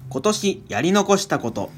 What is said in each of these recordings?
今年やり残したこと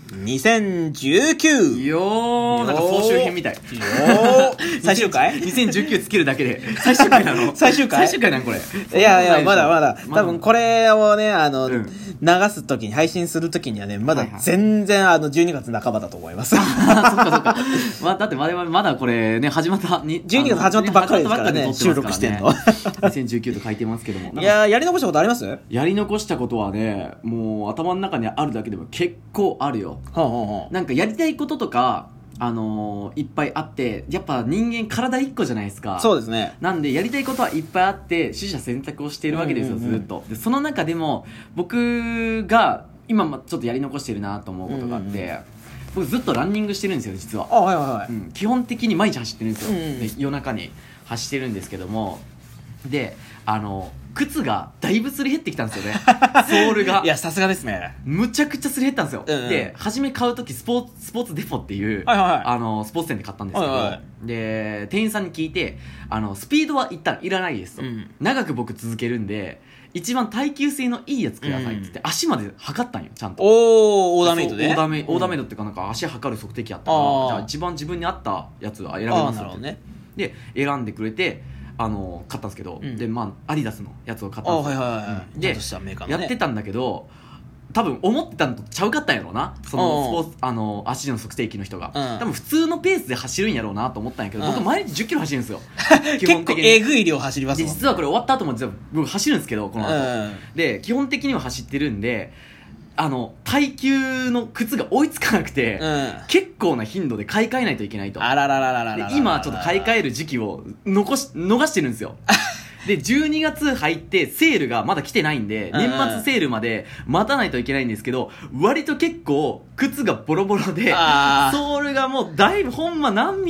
2019。 よー、なんか総集編みたい。よー最終回 2019つけるだけで最終回なの最終回なんこれ。 いやいや、まだ多分これをね、流すときに、配信するときにはね、まだ全然12月半ばだと思います。 そっかそっか。まあ、だって我々まだこれね、始まった 12月始まったばっかりですからね、収録してんの。 2019と書いてますけども。 いや、やり残したことあります？ やり残したことはね、もう頭の中にあるだけでも結構あるよ。なんかやりたいこととか、いっぱいあって、やっぱ人間体一個じゃないですか。 そうですね。 なんでやりたいことはいっぱいあって取捨選択をしているわけですよ、ずっと。でその中でも僕が今ちょっとやり残してるなと思うことがあって、僕ずっとランニングしてるんですよ実は。 はいはいはい。 基本的に毎日走ってるんですよ、で夜中に走ってるんですけども、で靴がだいぶすり減ってきたんですよねソールが。 いや、さすがですね。 むちゃくちゃすり減ったんですよ、で初め買う時スポーツデポっていう、スポーツ店で買ったんですけど、で店員さんに聞いてスピードは一旦いらないですと、長く僕続けるんで一番耐久性のいいやつくださいって言って、足まで測ったんよちゃんと。 オーダーメイドで。 オーダーメイドっていうか、なんか足測る測定器あったから、じゃあ一番自分に合ったやつは選べますって、で選んでくれて買ったんですけど、でアディダスのやつを買ったんですよ。でやってたんだけど、多分思ってたのとちゃうかったんやろうな、そのスポーツ足の測定器の人が、多分普通のペースで走るんやろうなと思ったんやけど、僕毎日10キロ走るんですよ結構えぐい量走りますもんね。 実はこれ終わった後も僕走るんですけど、この後、で基本的には走ってるんで耐久の靴が追いつかなくて、結構な頻度で買い替えないといけないと。今ちょっと買い替える時期を逃してるんですよで12月入ってセールがまだ来てないんで、年末セールまで待たないといけないんですけど、割と結構靴がボロボロで、ソールがもうだいぶほんま何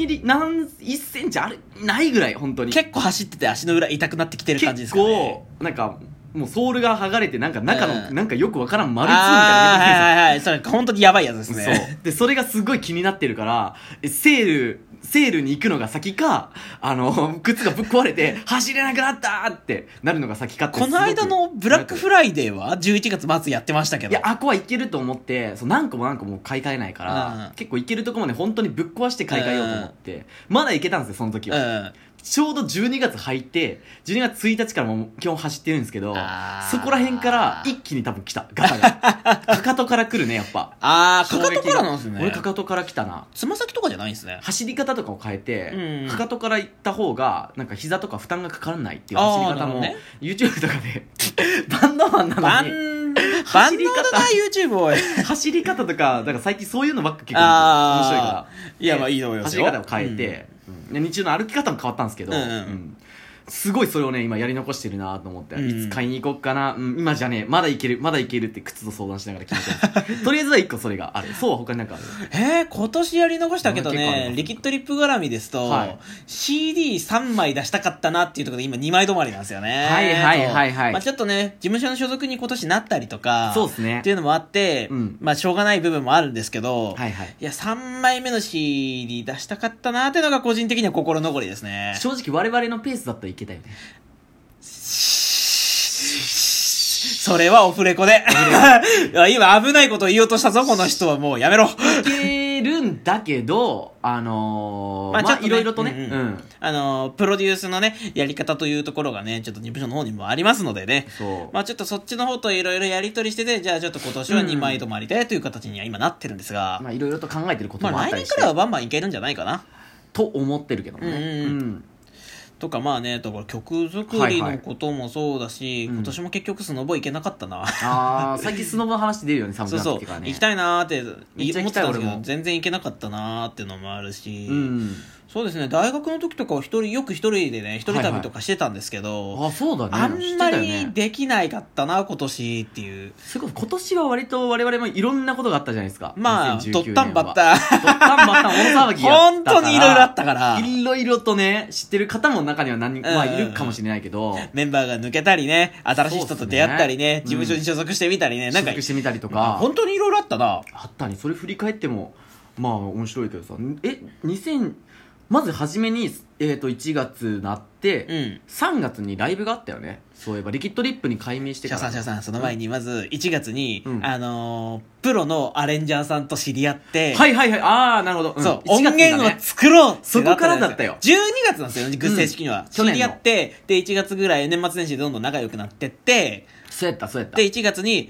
1センチないぐらい、本当に結構走ってて足の裏痛くなってきてる感じですかね。 結構なんかもうソールが剥がれて、なんか中のなんかよくわからん丸ツみたいなやつですよ。 それ本当にやばいやつですね。 そうでそれがすごい気になってるから、セールに行くのが先か、靴がぶっ壊れて走れなくなったってなるのが先かって。 この間のブラックフライデーは11月末やってましたけど、 いやあこはいけると思って、何個も買い替えないから、結構いけるとこまで本当にぶっ壊して買い替えようと思って、まだいけたんですよその時は。ちょうど12月入って12月1日からもう基本走ってるんですけど、そこら辺から一気に多分来たガタがかかとから来るね、やっぱ。 かかとからなんですね。 俺かかとから来たな。 つま先とかじゃないんですね。 走り方とかを変えて、かかとから行った方がなんか膝とか負担がかからないっていう走り方も、YouTube とかでバンドマンなのにバンドだな YouTube を走り方とか、だから最近そういうのばっか結構面白いから、 いやまあいいと思いますよ。 走り方を変えて、日中の歩き方も変わったんですけど、すごいそれをね今やり残してるなと思って、いつ買いに行こうかな、今じゃねえ、まだいけるって靴と相談しながら決めてますとりあえずは1個それがある。そうは他になんかある？ 今年やり残したけどね、リキッドリップ絡みですと、CD3 枚出したかったなっていうところで今2枚止まりなんですよね。まあちょっとね、事務所の所属に今年なったりとか、 そうですね、 っていうのもあって、まあしょうがない部分もあるんですけど、いや3枚目の CD 出したかったなっていうのが個人的には心残りですね。 正直我々のペースだったらいけたよね。 それはオフレコで今危ないことを言おうとしたぞこの人は、もうやめろ。 いけるんだけどまあいろいろとね、 プロデュースのねやり方というところがねちょっと事務所の方にもありますのでね、まあちょっとそっちの方といろいろやり取りしてて、じゃあちょっと今年は2枚止まりでという形には今なってるんですが、 まあいろいろと考えてることもあったりして、 来年からはバンバンいけるんじゃないかなと思ってるけどね。 とかまあね、だから曲作りのこともそうだし、今年も結局スノボ行けなかったな。 最近スノボの話出るよね、寒くなってからね。 行きたいなーって思ってたんですけど、全然行けなかったなーっていうのもあるし、そうですね、大学の時とかはよく一人でね、一人旅とかしてたんですけど、 そうだね、 あんまりできないかったな、今年っていう。 それこそ今年は割と我々もいろんなことがあったじゃないですか。 まあ、ドッタンバッタ大騒ぎや本当にいろいろあったから。 いろいろとね、知ってる方も中には何人かいるかもしれないけど、 メンバーが抜けたりね、新しい人と出会ったりね、事務所に所属してみたりね、 所属してみたりとか。 本当にいろいろあったな。 あったね、それ振り返っても、まあ面白いけどさ、 まず初めに、1月なって、 うん、 3月にライブがあったよね。そういえばリキッドリップに改名してから。 シャさんその前にまず1月に、プロのアレンジャーさんと知り合って、 はいはいはい、ああなるほど、 そう、音源を作ろうって、 そこからだったよ。 12月なんですよね、正式には。知り合って、で1月ぐらい年末年始でどんどん仲良くなってって、 そうやった。で 1月に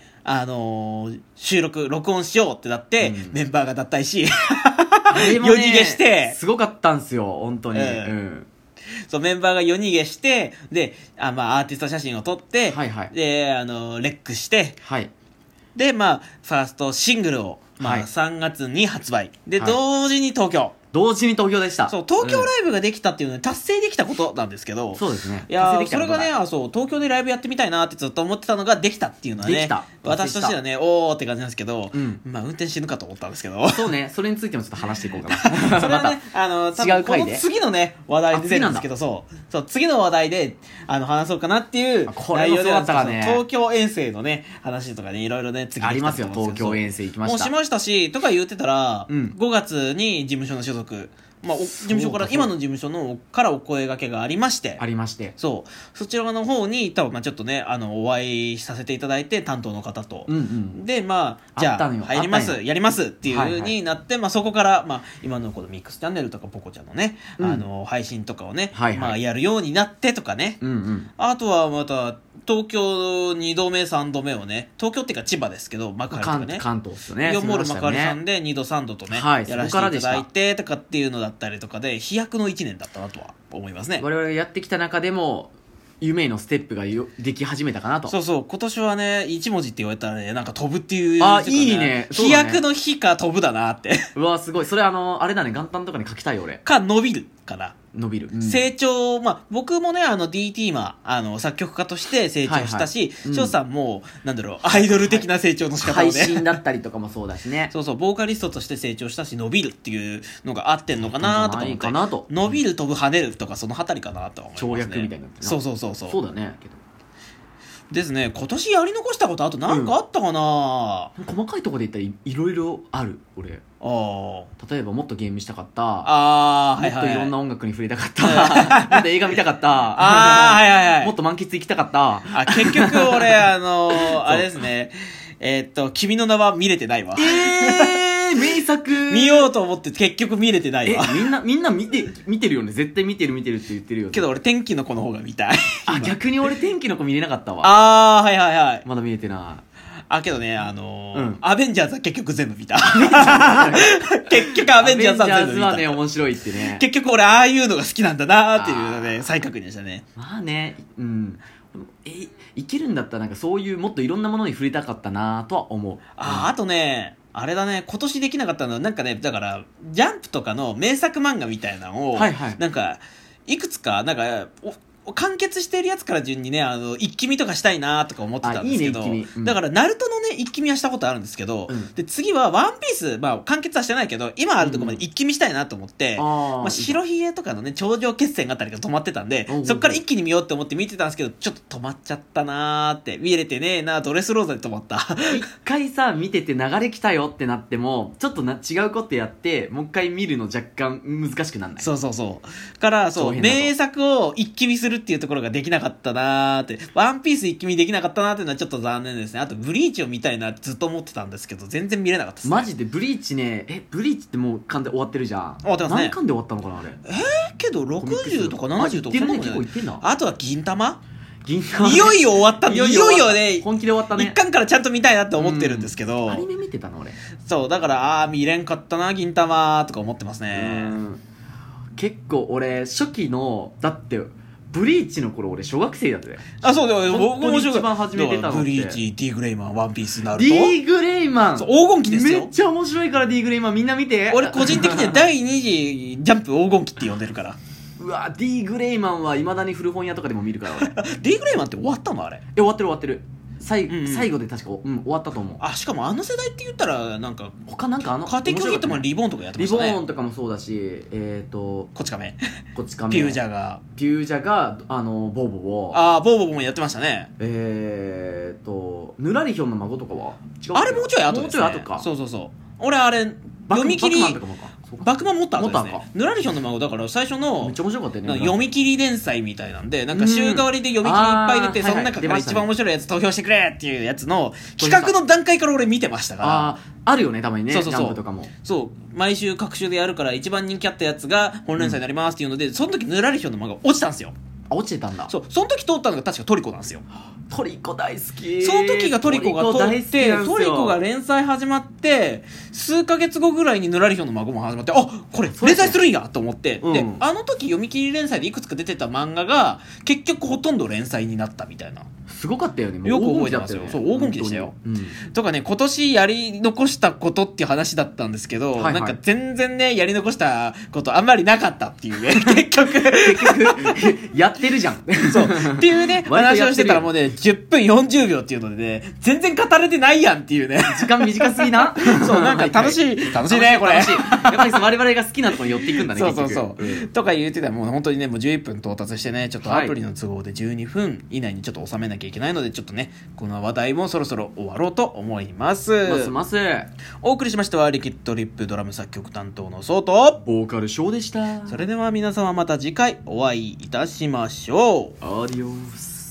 録音しようってなって、メンバーが脱退し夜逃げして、 すごかったんすよ本当に。 そう、メンバーが夜逃げして、で、アーティスト写真を撮って、 はいはい、 で、レックして、 はい、 で、ファーストシングルを、3月に発売。で、同時に東京でした。 そう、東京ライブができたっていうのは達成できたことなんですけど。 そうですね。 いやそれがね、そう、東京でライブやってみたいなってずっと思ってたのができたっていうのはね。 できた。 私としてはね、おーって感じなんですけど、運転死ぬかと思ったんですけど。 そうね、それについてもちょっと話していこうかな。 それはね、 違う回で。 この次のね、話題で出るんですけど、そう、次の話題で、話そうかなっていう内容ではあったからね。 東京遠征のね、話とかね、いろいろね、 次ありますよ、東京遠征行きました。 もうしましたし、とか言ってたら、5月に事務所の所属、事務所から、今の事務所のからお声掛けがありまして。そう。そちらの方に、多分ちょっとね、お会いさせていただいて、担当の方と。で、じゃあ、入ります、やりますっていう風になって、そこから、今のこのミックスチャンネルとか、ポコちゃんのね、配信とかをね、やるようになってとかね。あとはまた、東京2度目3度目をね、東京っていうか千葉ですけど、幕張とかね、 関東っすよね。 イオンモール幕張さんで2度3度とね、やらせていただいてとかっていうのだったりとかで、飛躍の1年だったなとは思いますね。 我々がやってきた中でも夢へのステップができ始めたかなと。 そうそう、今年はね、一文字って言われたらね、なんか飛ぶっていう、 いいね。 飛躍の日か飛ぶだなってうわすごい。それあれだね、元旦とかに書きたい俺。 伸びるかな。成長、僕もね、DT 作曲家として成長したし、翔さんも、アイドル的な成長の仕方をね。 配信だったりとかもそうだしね。 そうそう、ボーカリストとして成長したし、伸びるっていうのが合ってんのかなとか思って。伸びる、飛ぶ、跳ねるとか、そのあたりかなと思いますね。 跳躍みたいな。 そう。 そうだね。 ですね。今年やり残したことあと何かあったかな、 細かいところで言ったらいろいろある俺。例えばもっとゲームしたかった。もっといろんな音楽に触れたかった。もっと映画見たかった。もっと満喫行きたかった。 結局俺あれですね。君の名は見れてないわ。 名作見ようと思って結局見れてないわ。 みんな見てるよね。絶対見てるって言ってるよ。 けど俺天気の子の方が見たい。 逆に俺天気の子見れなかったわ。まだ見れてない。 けどね、アベンジャーズは結局全部見た。結局アベンジャーズは全部見た。 アベンジャーズはね、面白いってね。 結局俺ああいうのが好きなんだなーっていうのね、再確認でしたね。 いけるんだったらなんかそういうもっといろんなものに触れたかったなとは思う。 あとね、あれだね、今年できなかったのは、なんかね、だから、ジャンプとかの名作漫画みたいなのを、なんか、いくつか、なんか、完結しているやつから順にね、一気見とかしたいなとか思ってたんですけど、だから、ナルトのね、一気見はしたことあるんですけど、で、次はワンピース、完結はしてないけど、今あるところまで一気見したいなと思って、白ひげとかのね、頂上決戦があったりが止まってたんで、そっから一気に見ようって思って見てたんですけど、ちょっと止まっちゃったなーって、見れてねえなー、ドレスローザで止まった。 一回さ、見てて流れ来たよってなっても、ちょっと違うことやって、もう一回見るの若干難しくなんない？ そう。から、名作を一気見するっていうところができなかったなーって、ワンピース一気見できなかったなーっていうのはちょっと残念ですね。あとブリーチを見たいなってずっと思ってたんですけど、全然見れなかったですね。 マジでブリーチね、ブリーチってもう完全終わってるじゃん。 終わってますね。 何巻で終わったのかなあれ。 けど60とか70とかそんなもんじゃない。あとは銀玉いよいよ終わったんで、いよいよね、 本気で終わったね。 一巻からちゃんと見たいなって思ってるんですけど。 アニメ見てたの俺。 そう、だから、見れんかったな、銀玉とか思ってますね。 結構俺、初期の、だって、ブリーチの頃俺小学生だったよ。 そうだよ。僕も一番始めてたのって。 ブリーチ、D グレイマン、ワンピース、ナルト。 D グレイマン。 黄金期ですよ。 めっちゃ面白いから D グレイマンみんな見て。 俺個人的には第2次ジャンプ黄金期って呼んでるから。 うわ、D グレイマンは未だに古本屋とかでも見るから俺。 D グレイマンって終わったのあれ？ 終わってる。最後で確か、終わったと思う。 しかもあの世代って言ったらなんか他なんかカテキョヒットマンリボーンとかやってましたね。 リボーンとかもそうだし、 こっち亀ピュージャがボーボボボーボもやってましたね。 ぬらりひょんの孫とかはあれもうちょい後ですね。 もうちょい後か。 そう俺あれ読み切りバクマン持った後ですね。ぬらりひょんの孫だから最初のめっちゃ面白かったよね。 読み切り連載みたいなんで、なんか週替わりで読み切りいっぱい出て、その中から一番面白いやつ投票してくれっていうやつの企画の段階から俺見てましたから。 あるよね、たまにね。 そうそうそう。 ジャンプとかも。 そう。毎週各週でやるから一番人気あったやつが本連載になりますっていうので、その時ぬらりひょんの孫が落ちたんですよ。 落ちてたんだ。 そう。その時通ったのが確かトリコなんですよ。 トリコ大好き。 その時がトリコが通って、トリコが連載始まって、数ヶ月後ぐらいにぬらりひょんの孫も始まって、あ、これ連載するんやと思って、で、あの時読み切り連載でいくつか出てた漫画が、結局ほとんど連載になったみたいな。 すごかったよね。 よく覚えてますよ。そう、黄金期でしたよ。とかね、今年やり残したことっていう話だったんですけど、なんか全然ね、やり残したことあんまりなかったっていうね、結局やってるじゃん。 そう。っていうね、話をしてたらもうね、10分40秒っていうのでね、全然語れてないやんっていうね。 時間短すぎな。 そう、なんか楽しいね、これ。やっぱり我々が好きなところに寄っていくんだね、 そうそうそう。とか言ってたらもう本当にね、もう11分到達してね、ちょっとアプリの都合で12分以内にちょっと収めなきゃいけないので、ちょっとね、この話題もそろそろ終わろうと思います。お送りしましたはリキッドリップドラム作曲担当のソウとボーカルショーでした。 それでは皆様また次回お会いいたしましょう。 アディオス。